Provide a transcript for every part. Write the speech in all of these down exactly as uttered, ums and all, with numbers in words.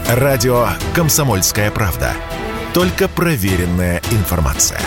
Радио «Комсомольская правда». Только проверенная информация.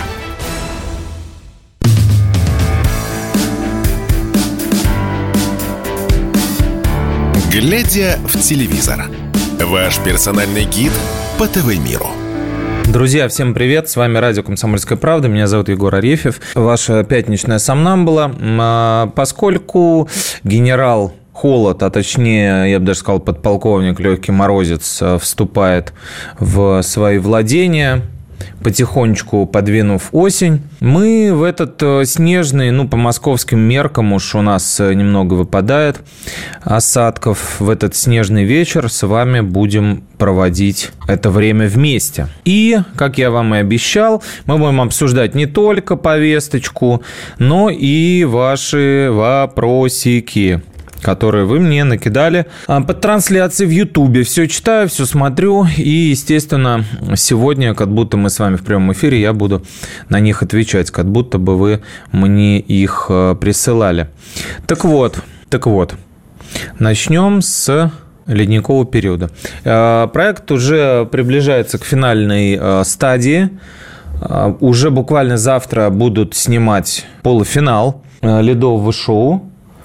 Глядя в телевизор. Ваш персональный гид по ТВ-миру. Друзья, всем привет, с вами радио «Комсомольская правда», меня зовут Егор Арефьев, ваша пятничная сомнамбула. Поскольку генерал Холод, а точнее, я бы даже сказал, подполковник Легкий Морозец вступает в свои владения, потихонечку подвинув осень, мы в этот снежный, ну, по московским меркам уж у нас немного выпадает осадков, в этот снежный вечер с вами будем проводить это время вместе. И, как я вам и обещал, мы будем обсуждать не только повесточку, но и ваши вопросики, которые вы мне накидали под трансляцией в Ютубе. Все читаю, все смотрю. И, естественно, сегодня, как будто мы с вами в прямом эфире, я буду на них отвечать, как будто бы вы мне их присылали. Так вот, так вот, начнем с ледникового периода. Проект уже приближается к финальной стадии. Уже буквально завтра будут снимать полуфинал ледового шоу.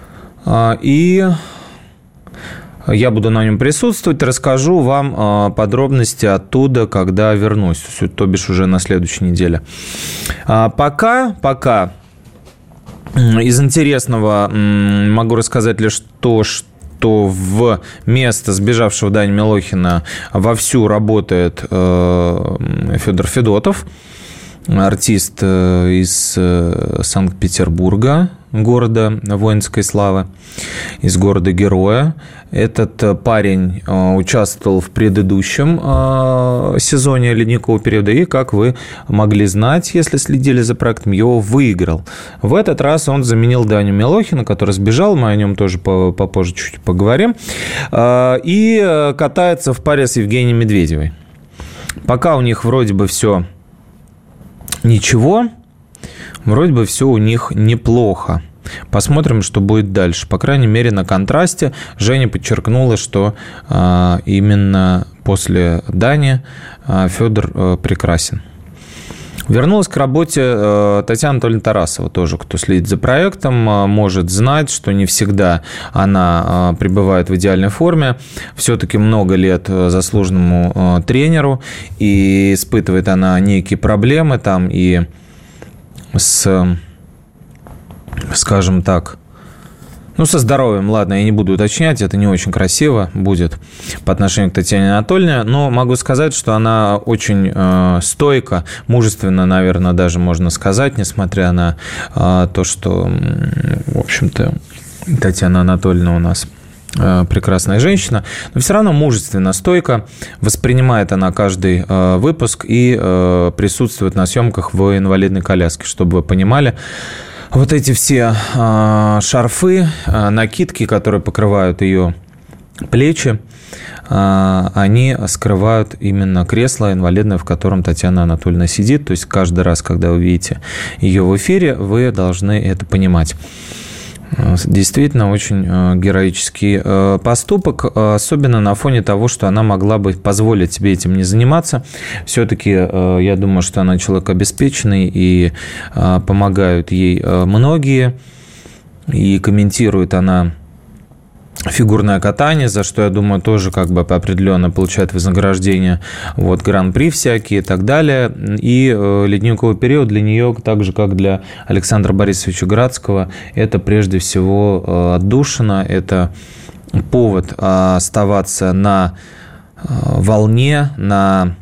И я буду на нем присутствовать, расскажу вам подробности оттуда, когда вернусь, то бишь уже на следующей неделе. Пока, пока из интересного могу рассказать лишь то, что в место сбежавшего Дани Милохина вовсю работает Федор Федотов, артист из Санкт-Петербурга, города воинской славы, из города-героя. Этот парень участвовал в предыдущем сезоне ледникового периода и, как вы могли знать, если следили за проектом, его выиграл. В этот раз он заменил Даню Милохина, который сбежал, мы о нем тоже попозже чуть поговорим, и катается в паре с Евгенией Медведевой. Пока у них вроде бы все ничего, вроде бы все у них неплохо. Посмотрим, что будет дальше. По крайней мере, на контрасте Женя подчеркнула, что а, именно после Дани а, Федор а, прекрасен. Вернулась к работе а, Татьяна Анатольевна Тарасова. Тоже, кто следит за проектом, а, может знать, что не всегда она а, пребывает в идеальной форме. Все-таки много лет заслуженному а, тренеру. И испытывает она некие проблемы там и с... скажем так, ну, со здоровьем, ладно, я не буду уточнять, это не очень красиво будет по отношению к Татьяне Анатольевне, но могу сказать, что она очень э, стойко, мужественно, наверное, даже можно сказать, несмотря на э, то, что, в общем-то, Татьяна Анатольевна у нас э, прекрасная женщина, но все равно мужественно, стойко воспринимает она каждый э, выпуск и э, присутствует на съемках в инвалидной коляске, чтобы вы понимали. Вот эти все э, шарфы, э, накидки, которые покрывают ее плечи, э, они скрывают именно кресло инвалидное, в котором Татьяна Анатольевна сидит. То есть каждый раз, когда вы видите ее в эфире, вы должны это понимать. Действительно, очень героический поступок, особенно на фоне того, что она могла бы позволить себе этим не заниматься. Все-таки я думаю, что она человек обеспеченный, и помогают ей многие, и комментирует она фигурное катание, за что, я думаю, тоже как бы определенно получает вознаграждение, вот, гран-при всякие и так далее. И э, ледниковый период для нее, так же, как для Александра Борисовича Градского, это прежде всего э, отдушина, это повод э, оставаться на э, волне, на,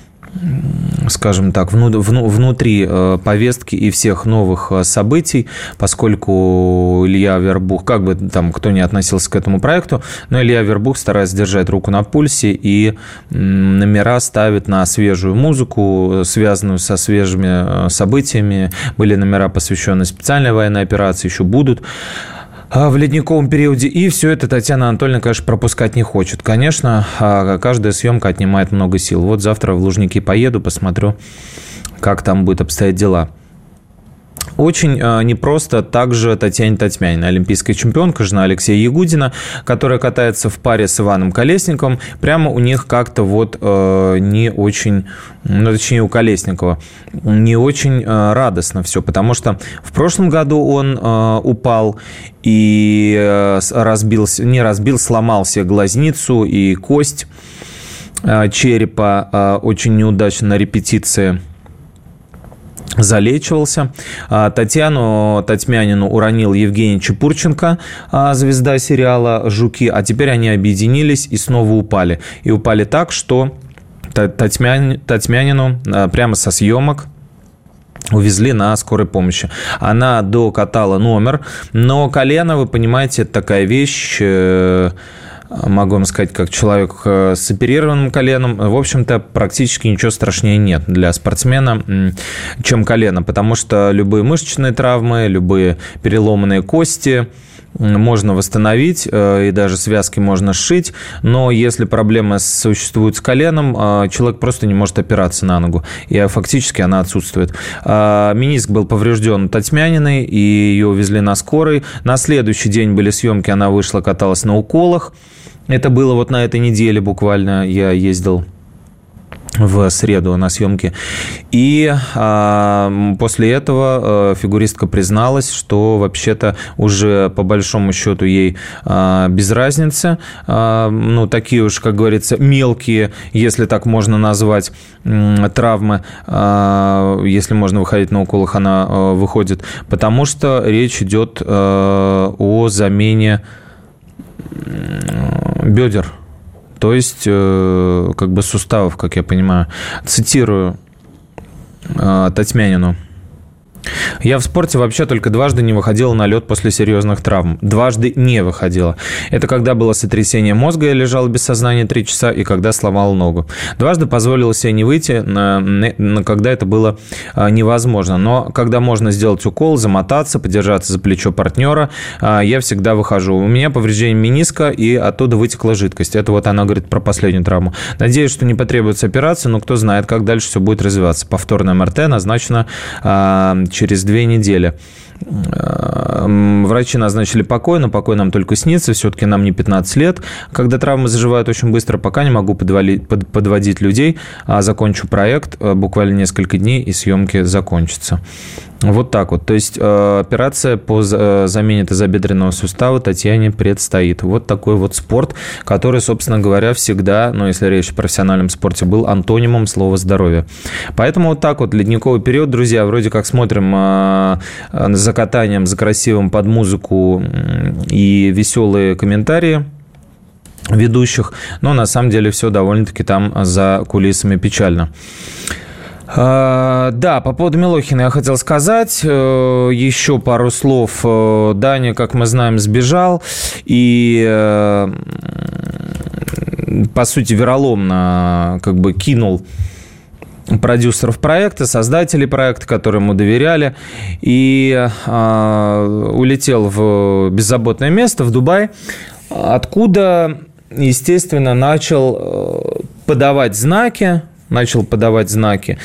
скажем так, вну, вну, внутри э, повестки и всех новых э, событий, поскольку Илья Авербух, как бы там кто ни относился к этому проекту, но Илья Авербух старается держать руку на пульсе и м, номера ставит на свежую музыку, связанную со свежими э, событиями. Были номера, посвященные специальной военной операции, еще будут в ледниковом периоде. И все это Татьяна Анатольевна, конечно, пропускать не хочет. Конечно, каждая съемка отнимает много сил. Вот завтра в Лужники поеду, посмотрю, как там будет обстоять дела. Очень непросто также Татьяне Татьмяниной, олимпийская чемпионка, жена Алексея Ягудина, которая катается в паре с Иваном Колесниковым. Прямо у них как-то вот э, не очень, ну, точнее, у Колесникова не очень э, радостно все, потому что в прошлом году он э, упал и э, разбился, не разбил, сломал себе глазницу и кость э, черепа э, очень неудачно на репетиции. Залечивался. Татьяну Татьмянину уронил Евгений Чепурченко, звезда сериала «Жуки», а теперь они объединились и снова упали. И упали так, что Татьмянину прямо со съемок увезли на скорой помощи. Она докатала номер, но колено, вы понимаете, это такая вещь... Могу вам сказать, как человек с оперированным коленом, в общем-то, практически ничего страшнее нет для спортсмена, чем колено, потому что любые мышечные травмы, любые переломанные кости можно восстановить, и даже связки можно сшить, но если проблемы существуют с коленом, человек просто не может опираться на ногу, и фактически она отсутствует. Мениск был поврежден у Татьмяниной, и ее увезли на скорой. На следующий день были съемки, она вышла, каталась на уколах. Это было вот на этой неделе буквально, я ездил в среду на съемки. И а, после этого а, фигуристка призналась, что вообще-то уже по большому счету ей а, без разницы. А, ну, такие уж, как говорится, мелкие, если так можно назвать, м, травмы, а, если можно выходить на уколах, она а, выходит, потому что речь идет а, о замене бедер. То есть, как бы суставов, как я понимаю. Цитирую Татьмянину. Я в спорте вообще только дважды не выходила на лед после серьезных травм. Дважды не выходила. Это когда было сотрясение мозга, я лежала без сознания три часа, и когда сломала ногу. Дважды позволила себе не выйти, когда это было невозможно. Но когда можно сделать укол, замотаться, подержаться за плечо партнера, я всегда выхожу. У меня повреждение мениска, и оттуда вытекла жидкость. Это вот она говорит про последнюю травму. Надеюсь, что не потребуется операция, но кто знает, как дальше все будет развиваться. Повторное эм эр тэ назначено через две недели. Врачи назначили покой, но покой нам только снится. Все-таки нам не пятнадцать лет. Когда травмы заживают очень быстро, пока не могу подвалить, под, подводить людей. Закончу проект. Буквально несколько дней, и съемки закончатся. Вот так вот. То есть операция по замене тазобедренного сустава Татьяне предстоит. Вот такой вот спорт, который, собственно говоря, всегда, ну, если речь о профессиональном спорте, был антонимом слова «здоровье». Поэтому вот так вот ледниковый период, друзья, вроде как смотрим за катанием, за красивым под музыку и веселые комментарии ведущих, но на самом деле все довольно-таки там за кулисами печально. Да, по поводу Милохина я хотел сказать еще пару слов. Даня, как мы знаем, сбежал и, по сути, вероломно как бы кинул продюсеров проекта, создателей проекта, которым ему доверяли, и улетел в беззаботное место, в Дубай, откуда, естественно, начал подавать знаки, начал подавать знаки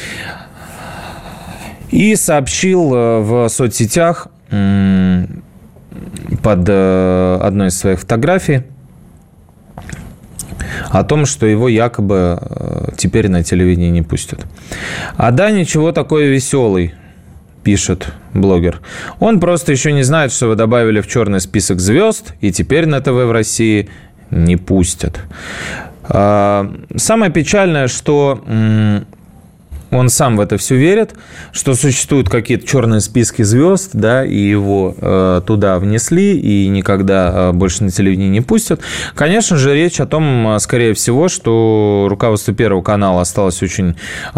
и сообщил в соцсетях под одной из своих фотографий о том, что его якобы теперь на телевидении не пустят. А да, ничего такой веселый, пишет блогер. Он просто еще не знает, что вы добавили в черный список звезд, и теперь на ТВ в России не пустят. Самое печальное, что он сам в это все верит, что существуют какие-то черные списки звезд, да, и его э, туда внесли, и никогда больше на телевидении не пустят. Конечно же, речь о том, скорее всего, что руководство Первого канала осталось очень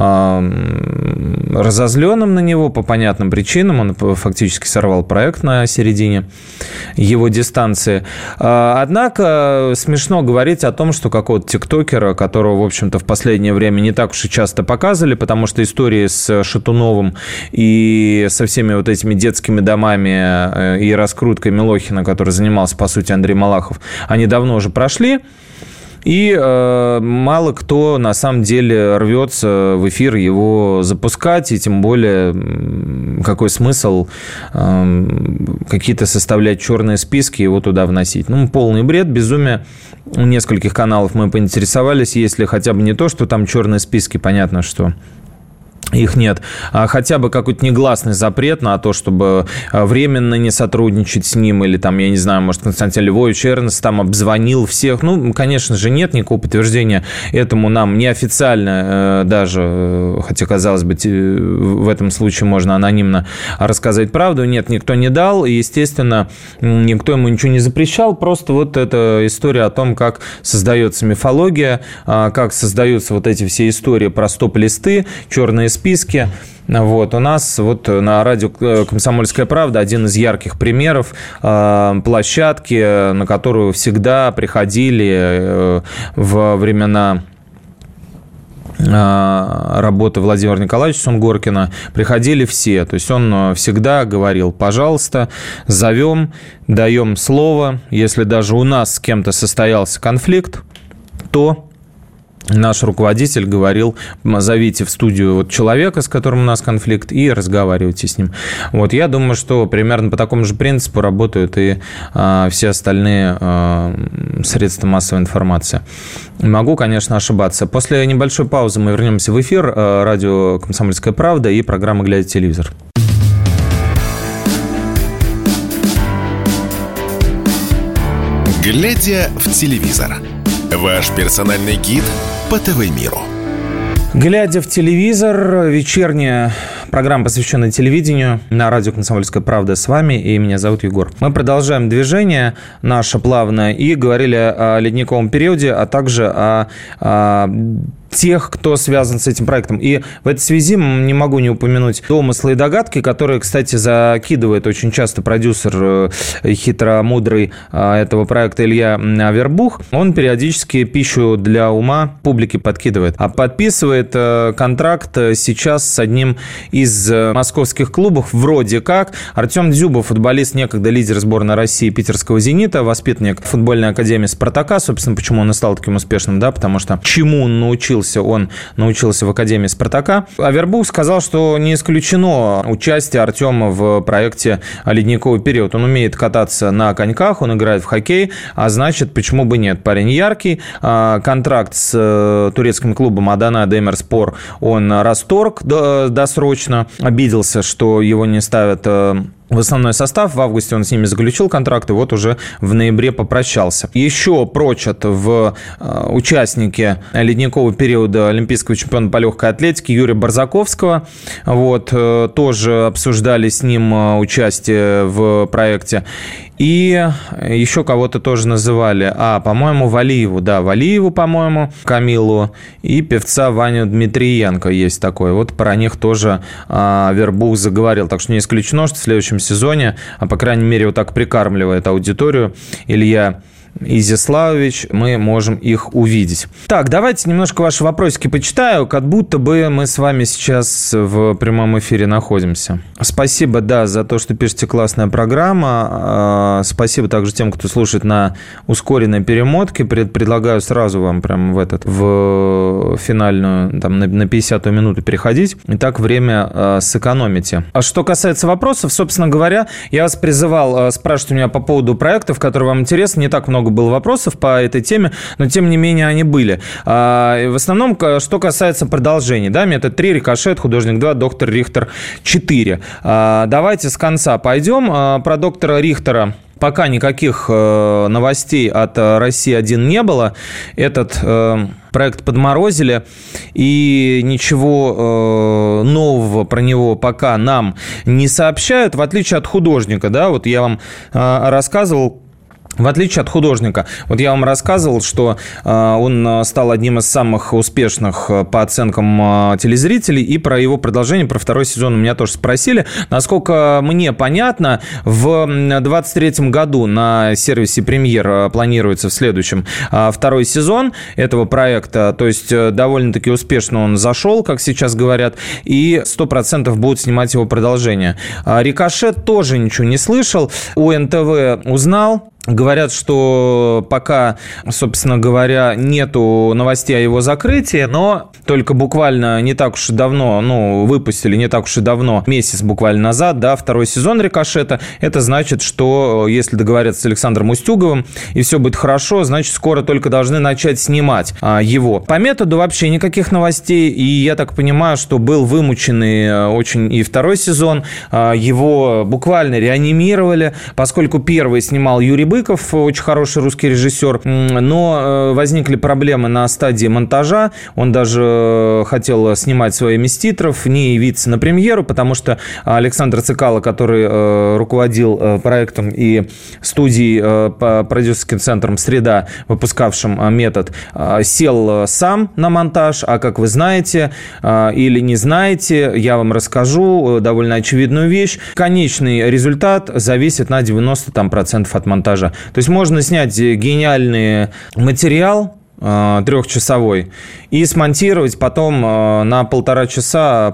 э, разозленным на него по понятным причинам. Он фактически сорвал проект на середине его дистанции. Однако смешно говорить о том, что какого-то тиктокера, которого, в общем-то, в последнее время не так уж и часто показывали, потому что истории с Шатуновым и со всеми вот этими детскими домами и раскруткой Милохина, который занимался, по сути, Андрей Малахов, они давно уже прошли. И э, мало кто на самом деле рвется в эфир его запускать, и тем более какой смысл э, какие-то составлять черные списки и его туда вносить. Ну, полный бред, безумие. У нескольких каналов мы поинтересовались, если хотя бы не то, что там черные списки, понятно, что... Их нет. А хотя бы какой-то негласный запрет на то, чтобы временно не сотрудничать с ним, или там, я не знаю, может, Константин Львович Эрнст там обзвонил всех. Ну, конечно же, нет никакого подтверждения этому нам неофициально даже, хотя, казалось бы, в этом случае можно анонимно рассказать правду. Нет, никто не дал, и, естественно, никто ему ничего не запрещал. Просто вот эта история о том, как создается мифология, как создаются вот эти все истории про стоп-листы, черные списки. Вот. У нас вот на радио «Комсомольская правда» один из ярких примеров площадки, на которую всегда приходили во времена работы Владимира Николаевича Сунгоркина, приходили все. То есть он всегда говорил: пожалуйста, зовем, даем слово. Если даже у нас с кем-то состоялся конфликт, то наш руководитель говорил: зовите в студию вот человека, с которым у нас конфликт, и разговаривайте с ним. Вот, я думаю, что примерно по такому же принципу работают и а, все остальные а, средства массовой информации. Могу, конечно, ошибаться. После небольшой паузы мы вернемся в эфир. А, радио «Комсомольская правда» и программа «Глядя в телевизор». «Глядя в телевизор». Ваш персональный гид по ТВ-миру. «Глядя в телевизор», вечерняя программа, посвященная телевидению, на радио «Комсомольская правда» с вами, и меня зовут Егор. Мы продолжаем движение наше плавное и говорили о ледниковом периоде, а также о, о тех, кто связан с этим проектом. И в этой связи не могу не упомянуть домыслы и догадки, которые, кстати, закидывает очень часто продюсер хитромудрый этого проекта Илья Авербух. Он периодически пищу для ума публике подкидывает. А подписывает контракт сейчас с одним из московских клубов, вроде как. Артем Дзюба, футболист, некогда лидер сборной России питерского «Зенита», воспитанник футбольной академии «Спартака». Собственно, почему он и стал таким успешным, да, потому что чему он научился? Он научился в Академии «Спартака». Авербух сказал, что не исключено участие Артема в проекте «Ледниковый период». Он умеет кататься на коньках, он играет в хоккей, а значит, почему бы нет? Парень яркий. Контракт с турецким клубом «Адана Демирспор» он расторг досрочно. Обиделся, что его не ставят в основной состав. В августе он с ними заключил контракт, и вот уже в ноябре попрощался. Еще прочат в участники ледникового периода олимпийского чемпиона по легкой атлетике Юрия Барзаковского. Вот, тоже обсуждали с ним участие в проекте. И еще кого-то тоже называли. А, по-моему, Валиеву. Да, Валиеву, по-моему, Камилу. И певца Ваню Дмитриенко есть такой. Вот про них тоже Авербух заговорил. Так что не исключено, что в следующем сезоне, а по крайней мере вот так прикармливает аудиторию Илья Изяславович, мы можем их увидеть. Так, давайте немножко ваши вопросики почитаю, как будто бы мы с вами сейчас в прямом эфире находимся. Спасибо, да, за то, что пишете, классная программа. Спасибо также тем, кто слушает на ускоренной перемотке. Предлагаю сразу вам прям в этот, в финальную, там, на пятидесятую минуту переходить. И так время сэкономите. А что касается вопросов, собственно говоря, я вас призывал спрашивать у меня по поводу проектов, которые вам интересны. Не так много было вопросов по этой теме, но тем не менее они были. В основном, что касается продолжений, да, метод три, Рикошет, Художник два, Доктор Рихтер четыре. Давайте с конца пойдем. Про доктора Рихтера пока никаких новостей от России один не было. Этот проект подморозили, и ничего нового про него пока нам не сообщают, в отличие от художника, да, вот я вам рассказывал. В отличие от художника, вот я вам рассказывал, что э, он стал одним из самых успешных э, по оценкам э, телезрителей, и про его продолжение, про второй сезон у меня тоже спросили. Насколько мне понятно, в двадцать третьем году на сервисе «Премьер» э, планируется в следующем э, второй сезон этого проекта, то есть э, довольно-таки успешно он зашел, как сейчас говорят, и сто процентов будут снимать его продолжение. Э, «Рикошет» тоже ничего не слышал, у эн тэ вэ узнал. Говорят, что пока, собственно говоря, нету новостей о его закрытии, но только буквально не так уж и давно, ну, выпустили не так уж и давно, месяц буквально назад, да, второй сезон «Рикошета». Это значит, что если договорятся с Александром Устюговым и все будет хорошо, значит, скоро только должны начать снимать а, его. По методу вообще никаких новостей, и я так понимаю, что был вымученный очень и второй сезон. А, его буквально реанимировали, поскольку первый снимал Юрий Быков, очень хороший русский режиссер, но возникли проблемы на стадии монтажа. Он даже хотел снимать свои титров, не явиться на премьеру, потому что Александр Цикало, который руководил проектом и студией по продюсерским центрам «Среда», выпускавшим «Метод», сел сам на монтаж, а как вы знаете или не знаете, я вам расскажу довольно очевидную вещь. Конечный результат зависит на девяносто процентов от монтажа. То есть можно снять гениальный материал трехчасовой и смонтировать потом на полтора часа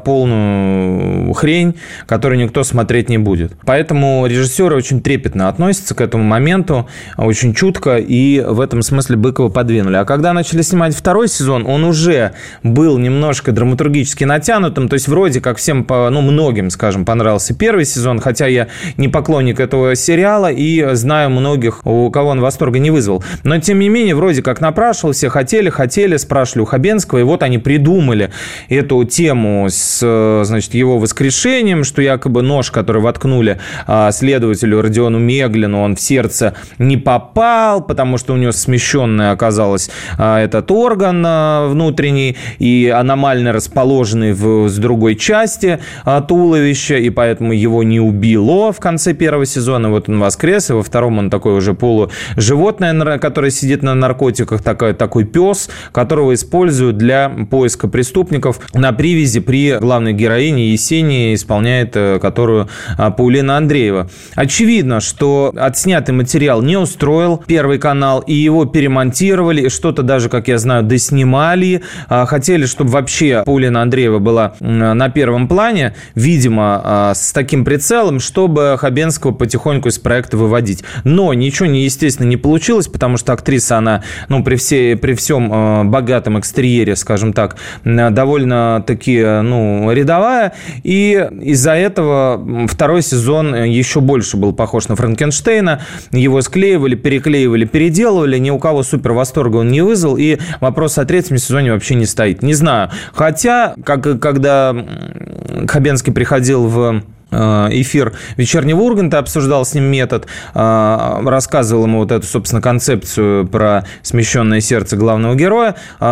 полную хрень, которую никто смотреть не будет. Поэтому режиссеры очень трепетно относятся к этому моменту, очень чутко, и в этом смысле Быкова подвинули. А когда начали снимать второй сезон, он уже был немножко драматургически натянутым, то есть вроде как всем, ну, многим, скажем, понравился первый сезон, хотя я не поклонник этого сериала и знаю многих, у кого он восторга не вызвал. Но, тем не менее, вроде как напрашивался, все хотели, хотели, спрашивали у Хабенского, и вот они придумали эту тему с, значит, его воскрешением, что якобы нож, который воткнули следователю Родиону Меглину, он в сердце не попал, потому что у него смещенный оказался этот орган внутренний и аномально расположенный в, с другой части туловища, и поэтому его не убило в конце первого сезона. Вот он воскрес, и во втором он такой уже полуживотное, которое сидит на наркотиках, такой, такой пес, которого используют для поиска преступников на привязи при главной героине Есении, исполняет которую Паулина Андреева. Очевидно, что отснятый материал не устроил Первый канал, и его перемонтировали, и что-то даже, как я знаю, доснимали. Хотели, чтобы вообще Паулина Андреева была на первом плане, видимо, с таким прицелом, чтобы Хабенского потихоньку из проекта выводить. Но ничего, не, естественно, не получилось, потому что актриса, она, ну, при всей при всем э, богатом экстерьере, скажем так, довольно-таки, ну, рядовая. И из-за этого второй сезон еще больше был похож на Франкенштейна. Его склеивали, переклеивали, переделывали. Ни у кого супер восторга он не вызвал. И вопрос о третьем сезоне вообще не стоит. Не знаю. Хотя, как, когда Хабенский приходил в эфир «Вечернего Урганта», обсуждал с ним метод, рассказывал ему вот эту, собственно, концепцию про смещенное сердце главного героя.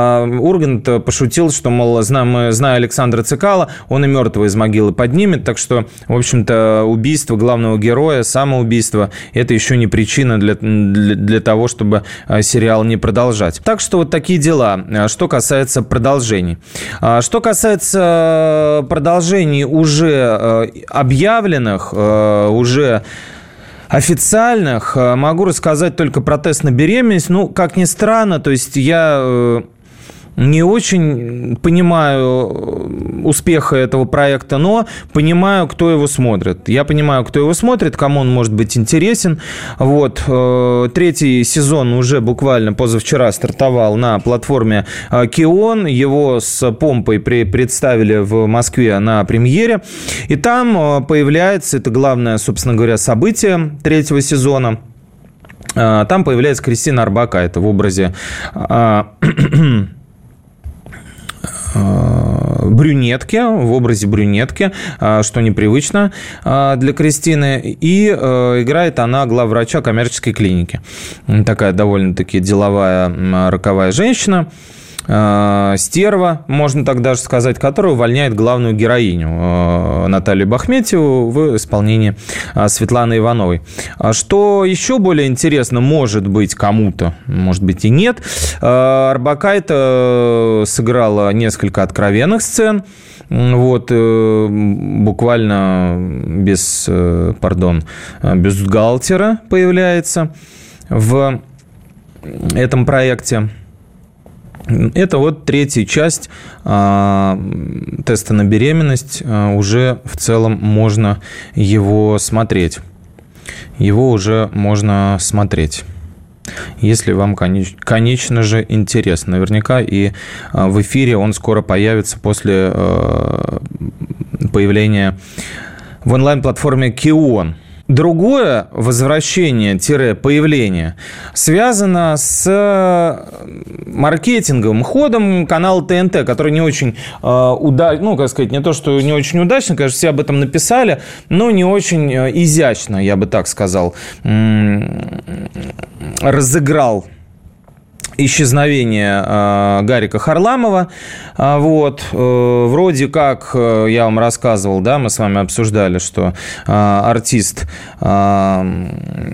Ургант пошутил, что, мол, зная, зная Александра Цикало, он и мертвого из могилы поднимет, так что, в общем-то, убийство главного героя, самоубийство, это еще не причина для, для, для того, чтобы сериал не продолжать. Так что вот такие дела, что касается продолжений. Что касается продолжений уже объявленных, уже официальных, могу рассказать только про тест на беременность. Ну, как ни странно, то есть я не очень понимаю успеха этого проекта, но понимаю, кто его смотрит. Я понимаю, кто его смотрит, кому он может быть интересен. Вот. Третий сезон уже буквально позавчера стартовал на платформе Кион. Его с помпой представили в Москве на премьере. И там появляется, это главное, собственно говоря, событие третьего сезона, там появляется Кристина Орбакайте в образе брюнетки, в образе брюнетки, что непривычно для Кристины. И играет она главврача коммерческой клиники. Такая довольно-таки деловая, роковая женщина. Стерва, можно так даже сказать, которая увольняет главную героиню Наталью Бахметьеву в исполнении Светланы Ивановой. Что еще более интересно, может быть, кому-то, может быть и нет, Орбакайте сыграла несколько откровенных сцен. Вот, буквально без, пардон, без бюстгальтера появляется в этом проекте. Это вот третья часть э, теста на беременность. Э, уже в целом можно его смотреть. его уже можно смотреть. Если вам, конечно же, интересно. Наверняка и в эфире он скоро появится после появления в онлайн-платформе Кион. Другое возвращение-появление связано с маркетинговым ходом канала ТНТ, который не очень э, удачно, ну, как сказать, не то, что не очень удачно, конечно, все об этом написали, но не очень изящно, я бы так сказал, разыграл исчезновение э, Гарика Харламова. А, вот, э, вроде как, э, я вам рассказывал, да, мы с вами обсуждали, что э, артист э,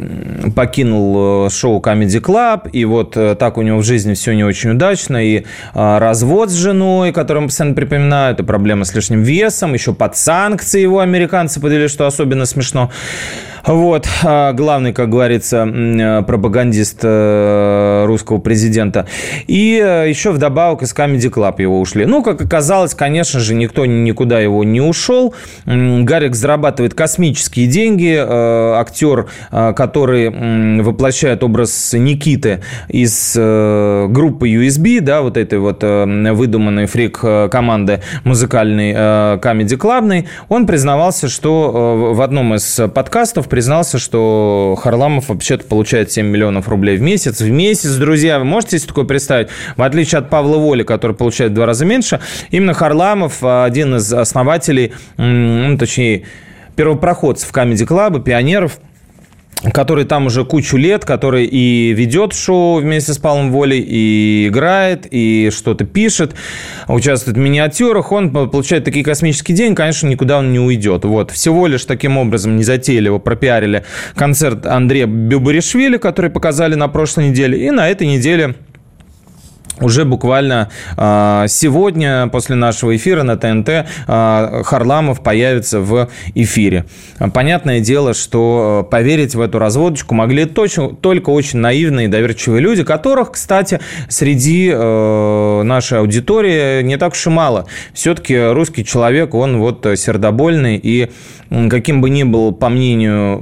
покинул шоу Comedy Club, и вот э, так у него в жизни все не очень удачно, и э, развод с женой, которым постоянно припоминают, и проблемы с лишним весом, еще под санкции его американцы подвели, что особенно смешно. Вот, главный, как говорится, пропагандист русского президента. И еще вдобавок из Comedy Club его ушли. Ну, как оказалось, конечно же, никто никуда его не ушел. Гарик зарабатывает космические деньги. Актер, который воплощает образ Никиты из группы ю эс би, да, вот этой вот выдуманной фрик-команды музыкальной Comedy Club'ной, он признавался, что в одном из подкастов признался, что Харламов вообще-то получает семь миллионов рублей в месяц. В месяц, друзья, вы можете себе такое представить? В отличие от Павла Воли, который получает в два раза меньше, именно Харламов один из основателей, ну, точнее, первопроходцев Comedy Club, пионеров, который там уже кучу лет, который и ведет шоу вместе с Павлом Волей, и играет, и что-то пишет, участвует в миниатюрах. Он получает такие космические деньги, конечно, никуда он не уйдет. Вот. Всего лишь таким образом незатейливо пропиарили концерт Андрея Бибаришвили, который показали на прошлой неделе, и на этой неделе уже буквально э, сегодня, после нашего эфира на ТНТ, э, Харламов появится в эфире. Понятное дело, что поверить в эту разводочку могли точно, только очень наивные и доверчивые люди, которых, кстати, среди э, нашей аудитории не так уж и мало. Все-таки русский человек, он вот сердобольный, и каким бы ни был, по мнению,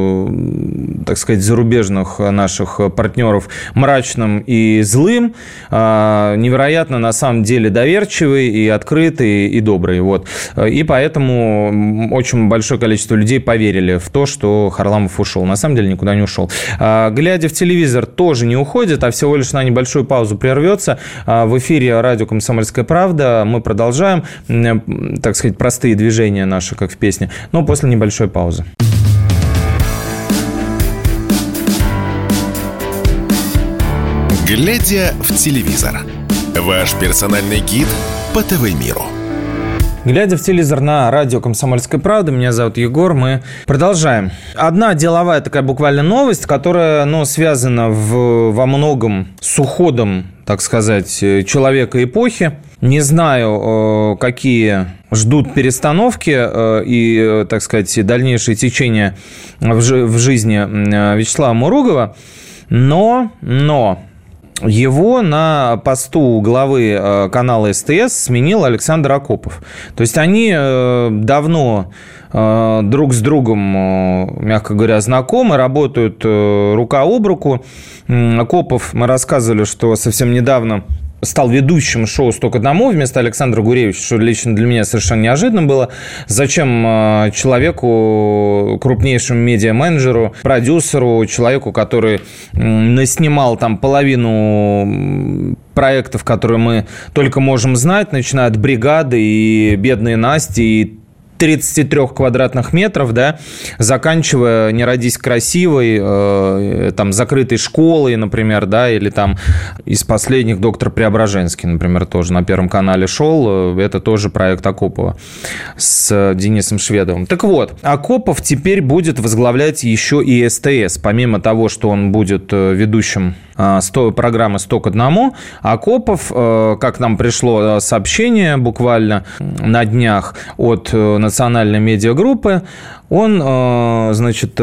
э, так сказать, зарубежных наших партнеров, мрачным и злым, невероятно, на самом деле, доверчивый и открытый, и добрый. Вот. И поэтому очень большое количество людей поверили в то, что Харламов ушел. На самом деле никуда не ушел. Глядя в телевизор, тоже не уходит, а всего лишь на небольшую паузу прервется. В эфире радио «Комсомольская правда» мы продолжаем, так сказать, простые движения наши, как в песне, но после небольшой паузы. Глядя в телевизор. Ваш персональный гид по ТВ-миру. Глядя в телевизор на радио «Комсомольская правда», меня зовут Егор, мы продолжаем. Одна деловая такая буквально новость, которая, ну, связана в, во многом с уходом, так сказать, человека эпохи. Не знаю, какие ждут перестановки и, так сказать, дальнейшие течения в жизни Вячеслава Муругова, но, но... Его на посту главы канала СТС сменил Александр Акопов. То есть они давно друг с другом, мягко говоря, знакомы, работают рука об руку. Акопов, мы рассказывали, что совсем недавно стал ведущим шоу «сто к одному» вместо Александра Гуревича, что лично для меня совершенно неожиданно было. Зачем человеку, крупнейшему медиа-менеджеру, продюсеру, человеку, который наснимал там половину проектов, которые мы только можем знать, начиная от «Бригады» и «Бедные Насти», и тридцати трёх квадратных метров, да, заканчивая «Не родись красивой», э, там, закрытой школой, например, да, или там из последних «Доктор Преображенский», например, тоже на Первом канале шел. Это тоже проект Акопова с Денисом Шведовым. Так вот, Акопов теперь будет возглавлять еще и СТС. Помимо того, что он будет ведущим программы «сто к одному», Акопов, как нам пришло сообщение буквально на днях от национальной медиагруппы, он, значит,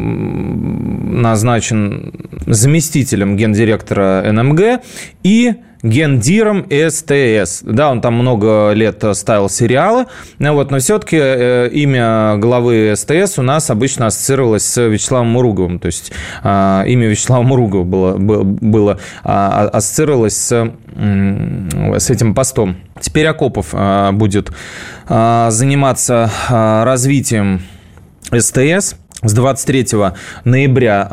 назначен заместителем гендиректора эн эм гэ и гендиром СТС. Да, он там много лет ставил сериалы, вот, но все-таки имя главы СТС у нас обычно ассоциировалось с Вячеславом Муруговым. То есть имя Вячеслава Муругова было, было ассоциировалось с, с этим постом. Теперь Акопов будет заниматься развитием СТС. С двадцать третьего ноября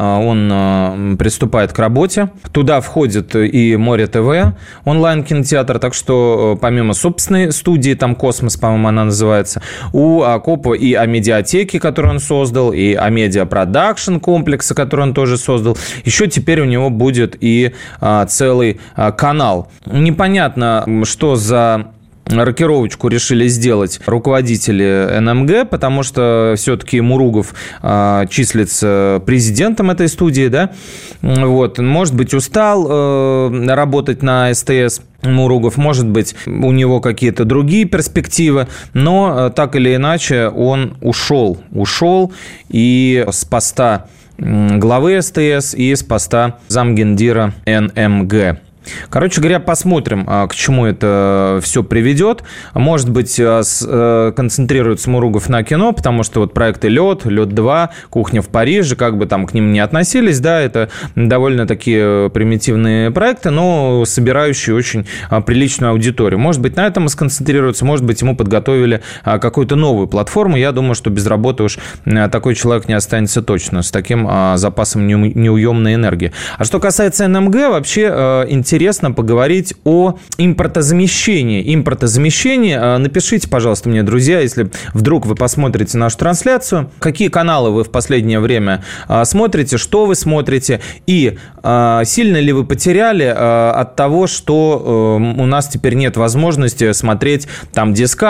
он приступает к работе. Туда входит и Море ТВ, онлайн-кинотеатр. Так что помимо собственной студии, там «Космос», по-моему, она называется, у Акопова и Амедиатеки, которую он создал, и Амедиа Продакшн комплекса, который он тоже создал. Еще теперь у него будет и целый канал. Непонятно, что за рокировочку решили сделать руководители эн эм гэ, потому что все-таки Муругов э, числится президентом этой студии, да, вот, может быть, устал э, работать на СТС Муругов, может быть, у него какие-то другие перспективы, но так или иначе он ушел, ушел и с поста главы СТС, и с поста замгендира эн эм гэ. Короче говоря, посмотрим, к чему это все приведет. Может быть, концентрируется Муругов на кино, потому что вот проекты «Лед», «Лед-два», «Кухня в Париже», как бы там к ним не относились, да, это довольно такие примитивные проекты, но собирающие очень приличную аудиторию. Может быть, на этом и сконцентрируется, может быть, ему подготовили какую-то новую платформу. Я думаю, что без работы уж такой человек не останется точно, с таким запасом неуемной энергии. А что касается эн эм гэ, вообще интересно Интересно поговорить о импортозамещении. Импортозамещение. Напишите, пожалуйста, мне, друзья, если вдруг вы посмотрите нашу трансляцию, какие каналы вы в последнее время смотрите, что вы смотрите, и сильно ли вы потеряли от того, что у нас теперь нет возможности смотреть там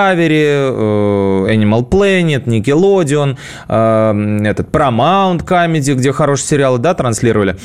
Discovery, Animal Planet, Nickelodeon, этот Paramount Comedy, где хорошие сериалы, да, транслировали.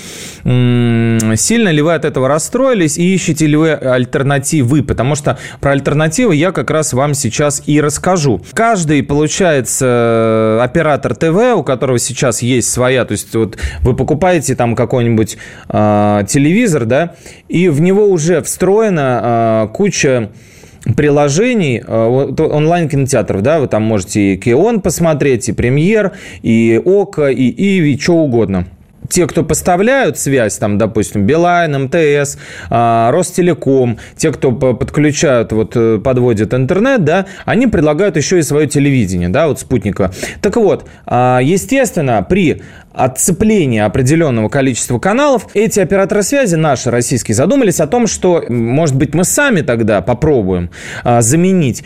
Сильно ли вы от этого расстроились? И ищете ли вы альтернативы? Потому что про альтернативы я как раз вам сейчас и расскажу. Каждый, получается, оператор ТВ, у которого сейчас есть своя, то есть вот вы покупаете там какой-нибудь э, телевизор, да, и в него уже встроена э, куча приложений, онлайн-кинотеатров, да, вы там можете и Кион посмотреть, и Премьер, и Око, и Иви, что угодно. Те, кто поставляют связь, там, допустим, Билайн, эм тэ эс, Ростелеком, те, кто подключают, вот, подводят интернет, да, они предлагают еще и свое телевидение, да, вот спутниковое. Так вот, естественно, при отцеплении определенного количества каналов эти операторы связи, наши российские, задумались о том, что, может быть, мы сами тогда попробуем заменить.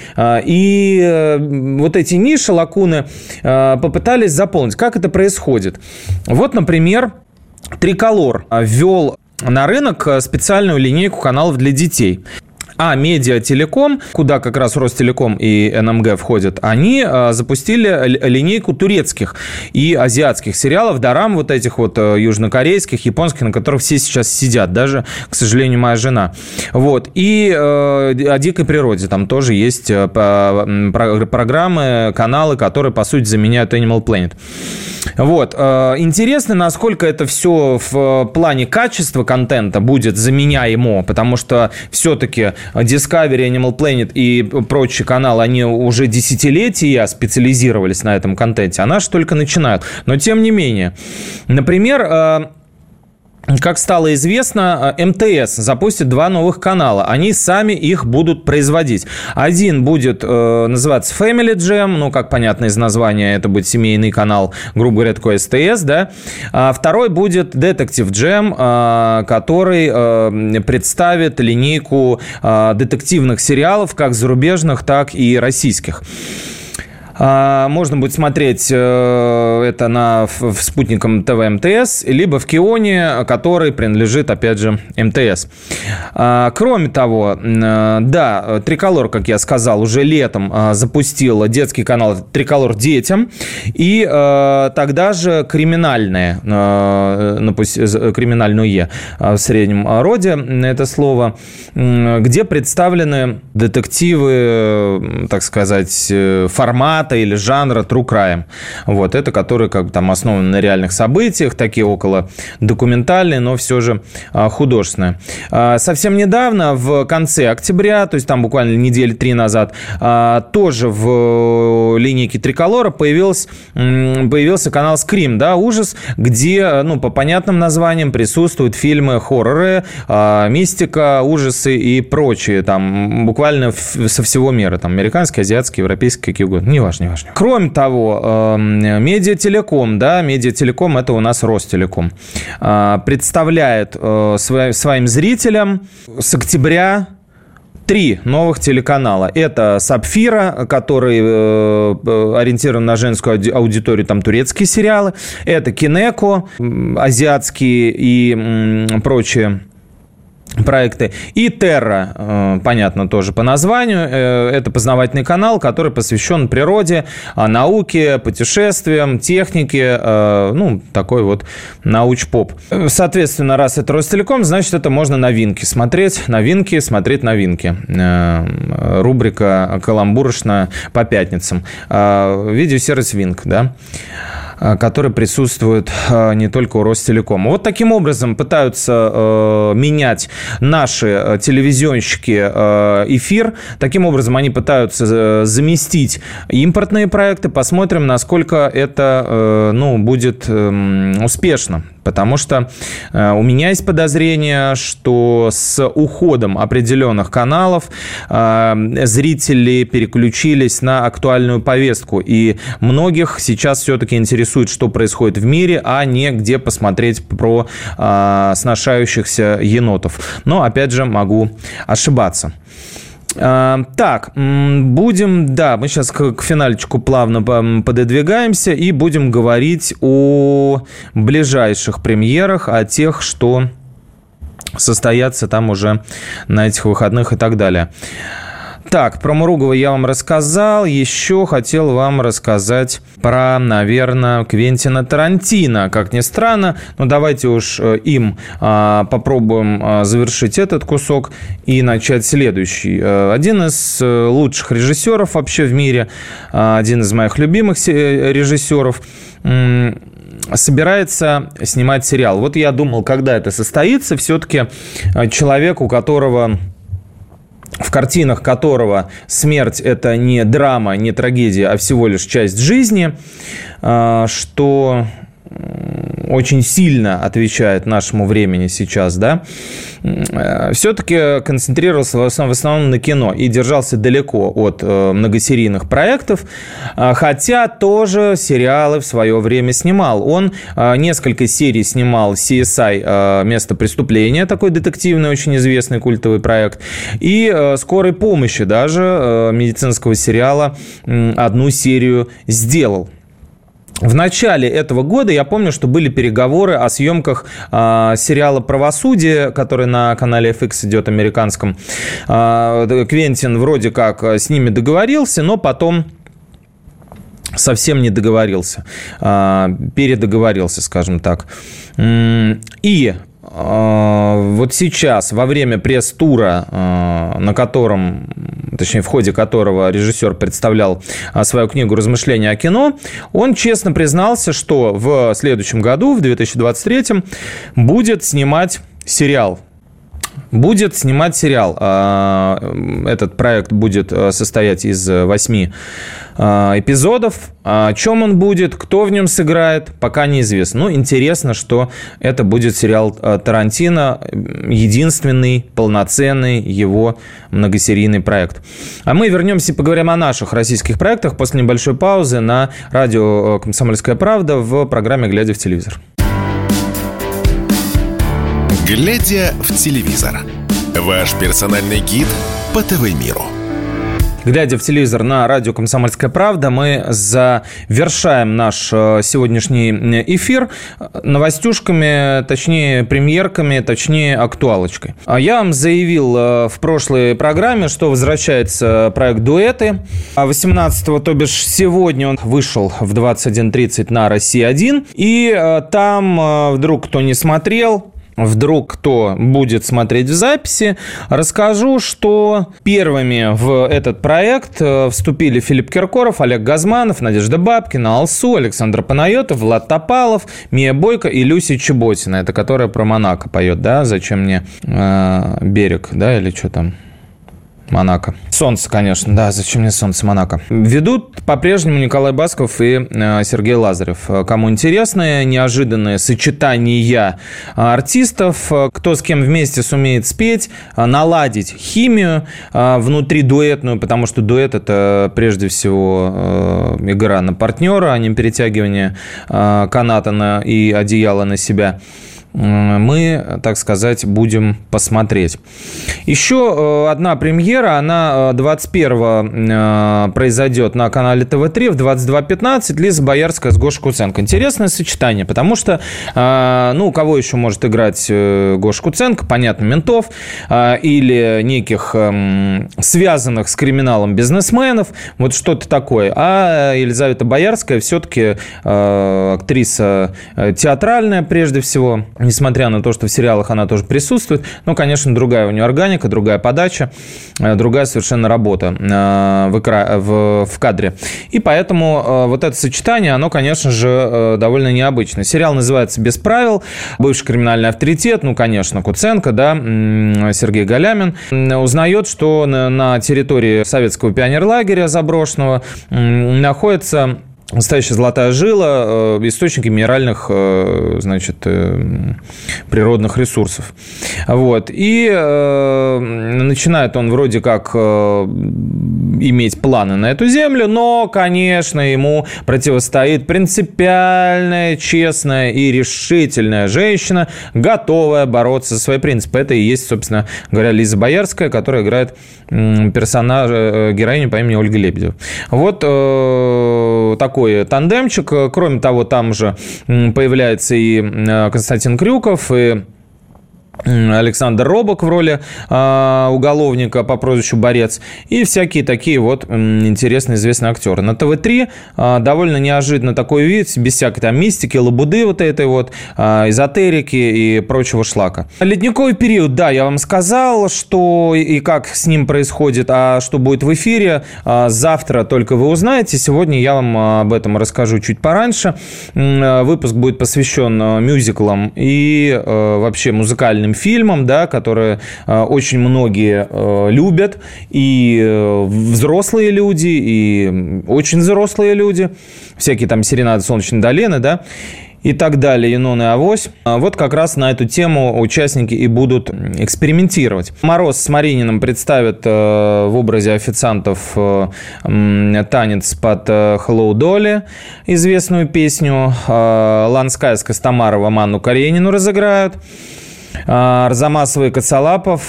И вот эти ниши, лакуны попытались заполнить. Как это происходит? Вот, например, Триколор ввел на рынок специальную линейку каналов для детей. А Медиателеком, куда как раз Ростелеком и эн эм гэ входят, они запустили линейку турецких и азиатских сериалов, дорам вот этих вот южнокорейских, японских, на которых все сейчас сидят, даже, к сожалению, моя жена. Вот. И э, о дикой природе там тоже есть программы, каналы, которые, по сути, заменяют Animal Planet. Вот. Интересно, насколько это все в плане качества контента будет заменяемо, потому что все-таки Discovery, Animal Planet и прочие каналы, они уже десятилетия специализировались на этом контенте, а наши только начинают. Но тем не менее, например, как стало известно, эм тэ эс запустит два новых канала. Они сами их будут производить. Один будет э, называться Family Jam, ну, как понятно из названия, это будет семейный канал, грубо говоря, такой эс тэ эс, да. А второй будет Detective Jam, э, который э, представит линейку э, детективных сериалов, как зарубежных, так и российских. Можно будет смотреть это на, в спутником ТВ эм тэ эс, либо в Кионе, который принадлежит, опять же, эм тэ эс. Кроме того, да, Триколор, как я сказал, уже летом запустил детский канал «Триколор детям», и тогда же криминальное, криминальное в среднем роде, это слово, где представлены детективы, так сказать, формат, формата или жанра true crime. Вот, это который как бы там основан на реальных событиях, такие около документальные, но все же художественные. Совсем недавно, в конце октября, то есть там буквально недели три назад, тоже в линейке Триколора появился, появился канал Scream, да, ужас, где, ну, по понятным названиям присутствуют фильмы, хорроры, мистика, ужасы и прочие, там, буквально со всего мира, там, американские, азиатские, европейские, какие угодно, неважно, неважно. Кроме того, Медиателеком, да, Медиателеком, это у нас Ростелеком, представляет своим зрителям с октября три новых телеканала. Это «Сапфира», который э, ориентирован на женскую аудиторию, там турецкие сериалы. Это «Кинеко», азиатские и м, прочие проекты. И «Терра», понятно, тоже по названию. Это познавательный канал, который посвящен природе, науке, путешествиям, технике. Ну, такой вот науч-поп. Соответственно, раз это Ростелеком, значит, это можно новинки смотреть. Новинки, смотреть новинки. Рубрика каламбурочная по пятницам. Видеосервис Винк, да, который присутствует не только у Ростелекома. Вот таким образом пытаются э, менять наши телевизионщики э, эфир. Таким образом они пытаются заместить импортные проекты. Посмотрим, насколько это э, ну, будет э, успешно. Потому что э, у меня есть подозрение, что с уходом определенных каналов э, зрители переключились на актуальную повестку. И многих сейчас все-таки интересует, что происходит в мире, а не где посмотреть про э, сношающихся енотов. Но, опять же, могу ошибаться. Так, будем, да, мы сейчас к, к финалечку плавно пододвигаемся и будем говорить о ближайших премьерах, о тех, что состоятся там уже на этих выходных и так далее. Так, про Муругова я вам рассказал. Еще хотел вам рассказать про, наверное, Квентина Тарантино. Как ни странно, но давайте уж им а, попробуем а, завершить этот кусок и начать следующий. Один из лучших режиссеров вообще в мире, один из моих любимых режиссеров, собирается снимать сериал. Вот я думал, когда это состоится, все-таки человек, у которого... в картинах которого смерть – это не драма, не трагедия, а всего лишь часть жизни, что очень сильно отвечает нашему времени сейчас, да, все-таки концентрировался в основном на кино и держался далеко от многосерийных проектов, хотя тоже сериалы в свое время снимал. Он несколько серий снимал си эс ай «Место преступления», такой детективный, очень известный культовый проект, и «Скорой помощи» даже, медицинского сериала, одну серию сделал. В начале этого года я помню, что были переговоры о съемках э, сериала «Правосудие», который на канале эф икс идет, американском. Э, Квентин вроде как с ними договорился, но потом совсем не договорился. Э, передоговорился, скажем так. И вот сейчас, во время пресс-тура, на котором, точнее, в ходе которого режиссер представлял свою книгу «Размышления о кино», он честно признался, что в следующем году, в две тысячи двадцать третьем, будет снимать сериал. Будет снимать сериал. Этот проект будет состоять из восьми эпизодов. О чем он будет, кто в нем сыграет, пока неизвестно. Ну, интересно, что это будет сериал Тарантино, единственный полноценный его многосерийный проект. А мы вернемся и поговорим о наших российских проектах после небольшой паузы на радио «Комсомольская правда» в программе «Глядя в телевизор». «Глядя в телевизор» – ваш персональный гид по ТВ-миру. Глядя в телевизор на радио «Комсомольская правда», мы завершаем наш сегодняшний эфир новостюшками, точнее, премьерками, точнее, актуалочкой. Я вам заявил в прошлой программе, что возвращается проект «Дуэты». восемнадцатого, то бишь сегодня, он вышел в двадцать один тридцать на Россия один. И там, вдруг кто не смотрел, вдруг кто будет смотреть в записи, расскажу, что первыми в этот проект вступили Филипп Киркоров, Олег Газманов, Надежда Бабкина, Алсу, Александр Панайотов, Влад Топалов, Мия Бойко и Люся Чеботина. Это которая про Монако поет, да? Зачем мне э, берег, да, или что там? Монако. Солнце, конечно, да, зачем мне солнце, Монако. Ведут по-прежнему Николай Басков и э, Сергей Лазарев. Кому интересно, неожиданные сочетания артистов, кто с кем вместе сумеет спеть, наладить химию э, внутри дуэтную, потому что дуэт – это прежде всего э, игра на партнера, а не перетягивание э, каната на, и одеяла на себя. Мы, так сказать, будем посмотреть. Еще одна премьера, она двадцать первого произойдет на канале тэ вэ три в двадцать два пятнадцать. Лиза Боярская с Гошей Куценко. Интересное сочетание, потому что, ну, у кого еще может играть Гоша Куценко? Понятно, ментов или неких связанных с криминалом бизнесменов, вот что-то такое. А Елизавета Боярская все-таки актриса театральная прежде всего. Несмотря на то, что в сериалах она тоже присутствует. Но, конечно, другая у нее органика, другая подача, другая совершенно работа в, экра... в... в кадре. И поэтому вот это сочетание, оно, конечно же, довольно необычное. Сериал называется «Без правил». Бывший криминальный авторитет, ну, конечно, Куценко, да, Сергей Галямин, узнает, что на территории советского пионерлагеря заброшенного находится настоящая золотая жила, источники минеральных, значит, природных ресурсов. Вот. И э, начинает он вроде как э, иметь планы на эту землю, но, конечно, ему противостоит принципиальная, честная и решительная женщина, готовая бороться за свои принципы. Это и есть, собственно говоря, Лиза Боярская, которая играет персонажа, героиню по имени Ольга Лебедева. Вот э, такой тандемчик. Кроме того, там же появляется и Константин Крюков, и Александр Робок в роли э, уголовника по прозвищу Борец и всякие такие вот интересные известные актеры. На тэ вэ три э, довольно неожиданно такой вид, без всякой там мистики, лабуды вот этой вот, э, эзотерики и прочего шлака. Ледниковый период, да, я вам сказал, что и как с ним происходит, а что будет в эфире, э, завтра только вы узнаете. Сегодня я вам об этом расскажу чуть пораньше. Э, выпуск будет посвящен мюзиклам и э, вообще музыкальным фильмам, да, которые э, очень многие э, любят, и э, взрослые люди, и очень взрослые люди, всякие там «Серенады Солнечной долины», да, и так далее, «Юнон и Авось». Вот как раз на эту тему участники и будут экспериментировать. Мороз с Марининым представят э, в образе официантов э, э, танец под э, «Hello, Dolly», известную песню. Э, Ланская с Костомарова Манну Каренину разыграют. Арзамасова и Коцалапов,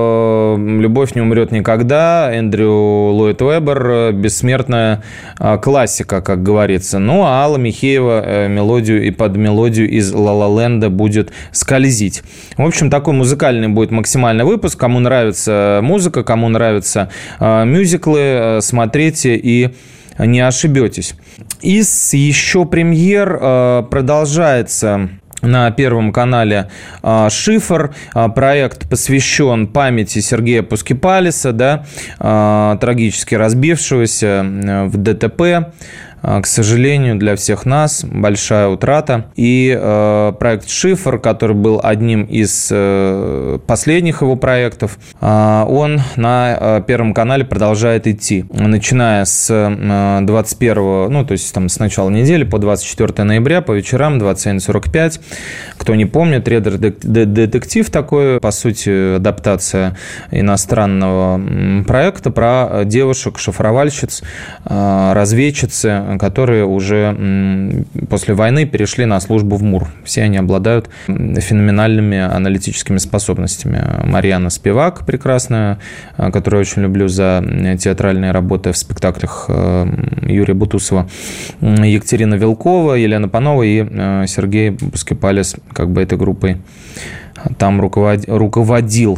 «Любовь не умрет никогда», Эндрю Ллойд Уэббер, бессмертная классика, как говорится. Ну, а Алла Михеева мелодию и под мелодию из «Ла Ла Ленда» будет скользить. В общем, такой музыкальный будет максимальный выпуск. Кому нравится музыка, кому нравятся мюзиклы, смотрите и не ошибетесь. Из еще премьер продолжается на Первом канале «Шифр». Проект посвящен памяти Сергея Пускипалиса, да, трагически разбившегося в ДТП. К сожалению, для всех нас большая утрата. И э, проект «Шифр», который был одним из э, последних его проектов, э, он на э, Первом канале продолжает идти. Начиная с э, двадцать первого, ну, то есть там с начала недели по двадцать четвёртого ноября по вечерам двадцать один сорок пять. Кто не помнит, редер-детектив такой, по сути, адаптация иностранного проекта про девушек-шифровальщиц, э, разведчицы, которые уже после войны перешли на службу в МУР. Все они обладают феноменальными аналитическими способностями. Марьяна Спивак прекрасная, которую я очень люблю за театральные работы в спектаклях Юрия Бутусова, Екатерина Вилкова, Елена Панова и Сергей Пускипалис как бы этой группой там руководил.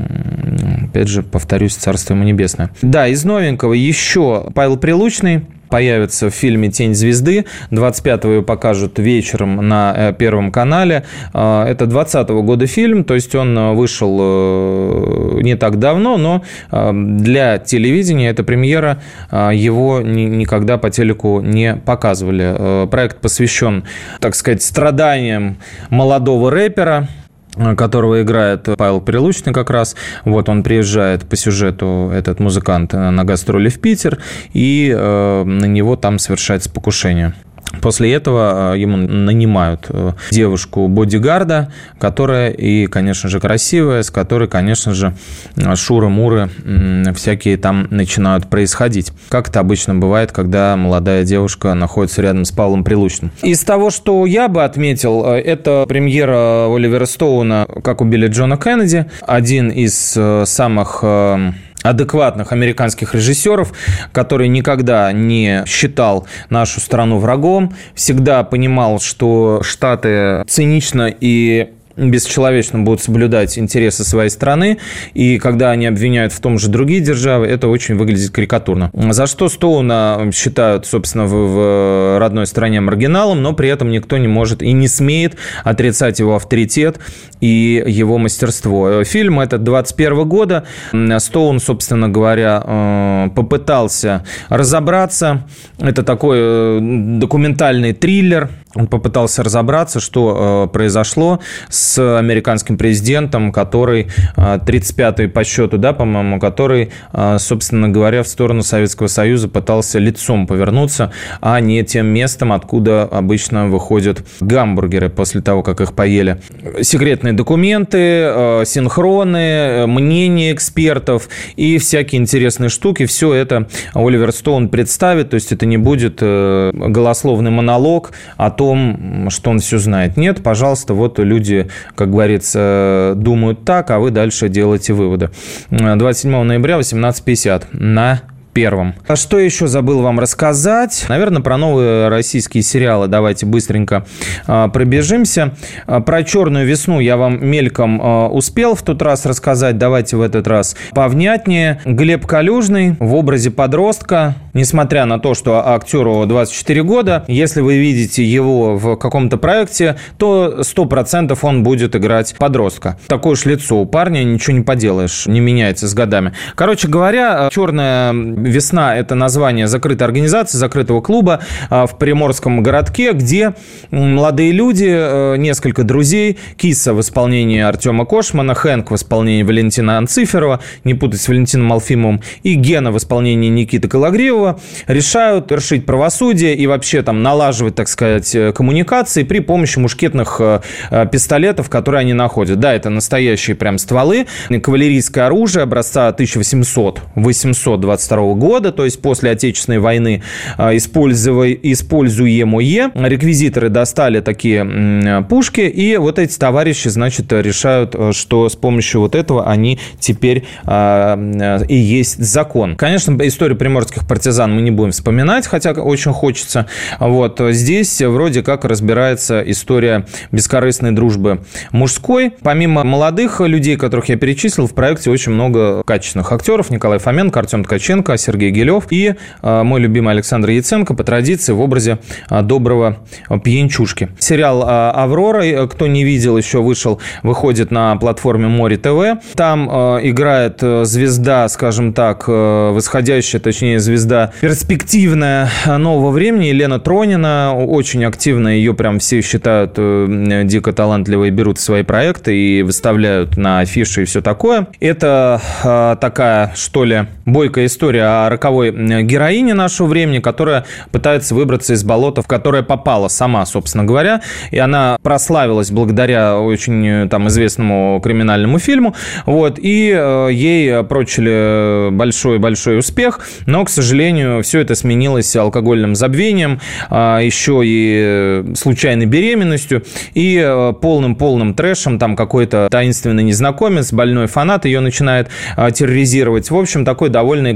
Опять же, повторюсь, царство ему небесное. Да, из новенького еще Павел Прилучный появится в фильме «Тень звезды». двадцать пятого ее покажут вечером на Первом канале. Это двадцатого года фильм, то есть он вышел не так давно, но для телевидения эта премьера, его никогда по телеку не показывали. Проект посвящен, так сказать, страданиям молодого рэпера, которого играет Павел Прилучный как раз. Вот он приезжает по сюжету, этот музыкант, на гастроли в Питер, и э, на него там совершается покушение. После этого ему нанимают девушку-бодигарда, которая и, конечно же, красивая, с которой, конечно же, шуры-муры всякие там начинают происходить. Как это обычно бывает, когда молодая девушка находится рядом с Павлом Прилучным. Из того, что я бы отметил, это премьера Оливера Стоуна «Как убили Джона Кеннеди», один из самых адекватных американских режиссеров, который никогда не считал нашу страну врагом, всегда понимал, что Штаты цинично и бесчеловечно будут соблюдать интересы своей страны, и когда они обвиняют в том же другие державы, это очень выглядит карикатурно. За что Стоуна считают, собственно, в, в родной стране маргиналом, но при этом никто не может и не смеет отрицать его авторитет и его мастерство. Фильм этот двадцать первого года. Стоун, собственно говоря, попытался разобраться. Это такой документальный триллер. Он попытался разобраться, что произошло с американским президентом, который тридцать пятый по счету, да, по-моему, который, собственно говоря, в сторону Советского Союза пытался лицом повернуться, а не тем местом, откуда обычно выходят гамбургеры после того, как их поели. Секретные документы, синхроны, мнения экспертов и всякие интересные штуки. Все это Оливер Стоун представит, то есть это не будет голословный монолог о том, том, что он все знает. Нет, пожалуйста, вот люди, как говорится, думают так, а вы дальше делаете выводы. двадцать седьмого ноября, восемнадцать пятьдесят на Первом. А что еще забыл вам рассказать? Наверное, про новые российские сериалы давайте быстренько а, пробежимся. А, про «Черную весну» я вам мельком а, успел в тот раз рассказать. Давайте в этот раз повнятнее. Глеб Калюжный в образе подростка. Несмотря на то, что актеру двадцать четыре года, если вы видите его в каком-то проекте, то сто процентов он будет играть подростка. Такое уж лицо у парня, ничего не поделаешь, не меняется с годами. Короче говоря, «Черная весна» – это название закрытой организации, закрытого клуба в приморском городке, где молодые люди, несколько друзей, Киса в исполнении Артема Кошмана, Хэнк в исполнении Валентина Анциферова, не путать с Валентином Алфимовым, и Гена в исполнении Никиты Калагриева, решают вершить правосудие и вообще там налаживать, так сказать, коммуникации при помощи мушкетных пистолетов, которые они находят. Да, это настоящие прям стволы, кавалерийское оружие образца тысяча восемьсот двадцать второго года, то есть после Отечественной войны, используемое. Реквизиторы достали такие пушки, и вот эти товарищи, значит, решают, что с помощью вот этого они теперь и есть закон. Конечно, историю приморских партизан мы не будем вспоминать, хотя очень хочется. Вот здесь вроде как разбирается история бескорыстной дружбы мужской. Помимо молодых людей, которых я перечислил, в проекте очень много качественных актеров. Николай Фоменко, Артем Ткаченко, Сергей Гелев и э, мой любимый Александр Яценко по традиции в образе э, доброго пьянчушки. Сериал э, «Аврора», кто не видел, еще вышел, выходит на платформе Море ТВ. Там э, играет э, звезда, скажем так, э, восходящая, точнее, звезда перспективная нового времени, Елена Тронина. Очень активно ее прям все считают э, дико талантливой, берут в свои проекты и выставляют на афиши и все такое. Это э, такая, что ли, бойкая история о роковой героине нашего времени, которая пытается выбраться из болота, в которое попала сама, собственно говоря. И она прославилась благодаря очень там известному криминальному фильму. Вот, и э, ей прочили большой-большой успех, но, к сожалению, все это сменилось алкогольным забвением, э, еще и случайной беременностью, и э, полным-полным трэшем. Там какой-то таинственный незнакомец, больной фанат ее начинает э, терроризировать. В общем, такой довольно экзотический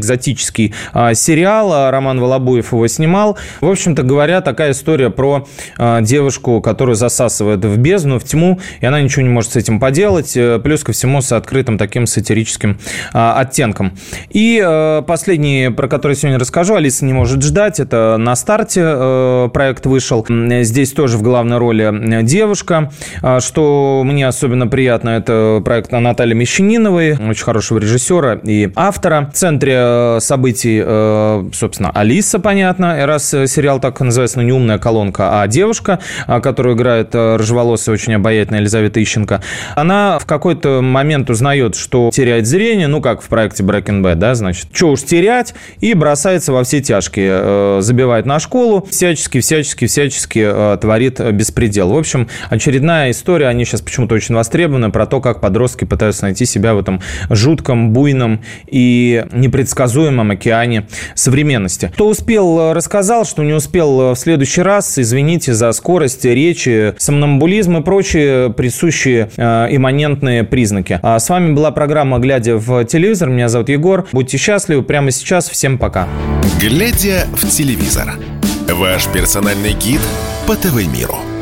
сатирический сериал. Роман Волобуев его снимал. В общем-то говоря, такая история про девушку, которую засасывает в бездну, в тьму, и она ничего не может с этим поделать. Плюс ко всему с открытым таким сатирическим оттенком. И последний, про который сегодня расскажу, «Алиса не может ждать». Это на старте проект вышел. Здесь тоже в главной роли девушка. Что мне особенно приятно, это проект Натальи Мещаниновой, очень хорошего режиссера и автора. В центре событий, собственно, Алиса, понятно, раз сериал так называется, но не умная колонка, а девушка, которую играет рыжеволосая, очень обаятельная Елизавета Ищенко. Она в какой-то момент узнает, что теряет зрение, ну, как в проекте Breaking Bad, да, значит, что уж терять, и бросается во все тяжкие, забивает на школу, всячески, всячески, всячески творит беспредел. В общем, очередная история, они сейчас почему-то очень востребованы, про то, как подростки пытаются найти себя в этом жутком, буйном и непредсказуемом океане современности. Кто успел, рассказал, что не успел, в следующий раз, извините за скорость речи, сомнамбулизм и прочие присущие э, имманентные признаки. А с вами была программа «Глядя в телевизор». Меня зовут Егор. Будьте счастливы прямо сейчас. Всем пока. «Глядя в телевизор» – ваш персональный гид по ТВ-миру.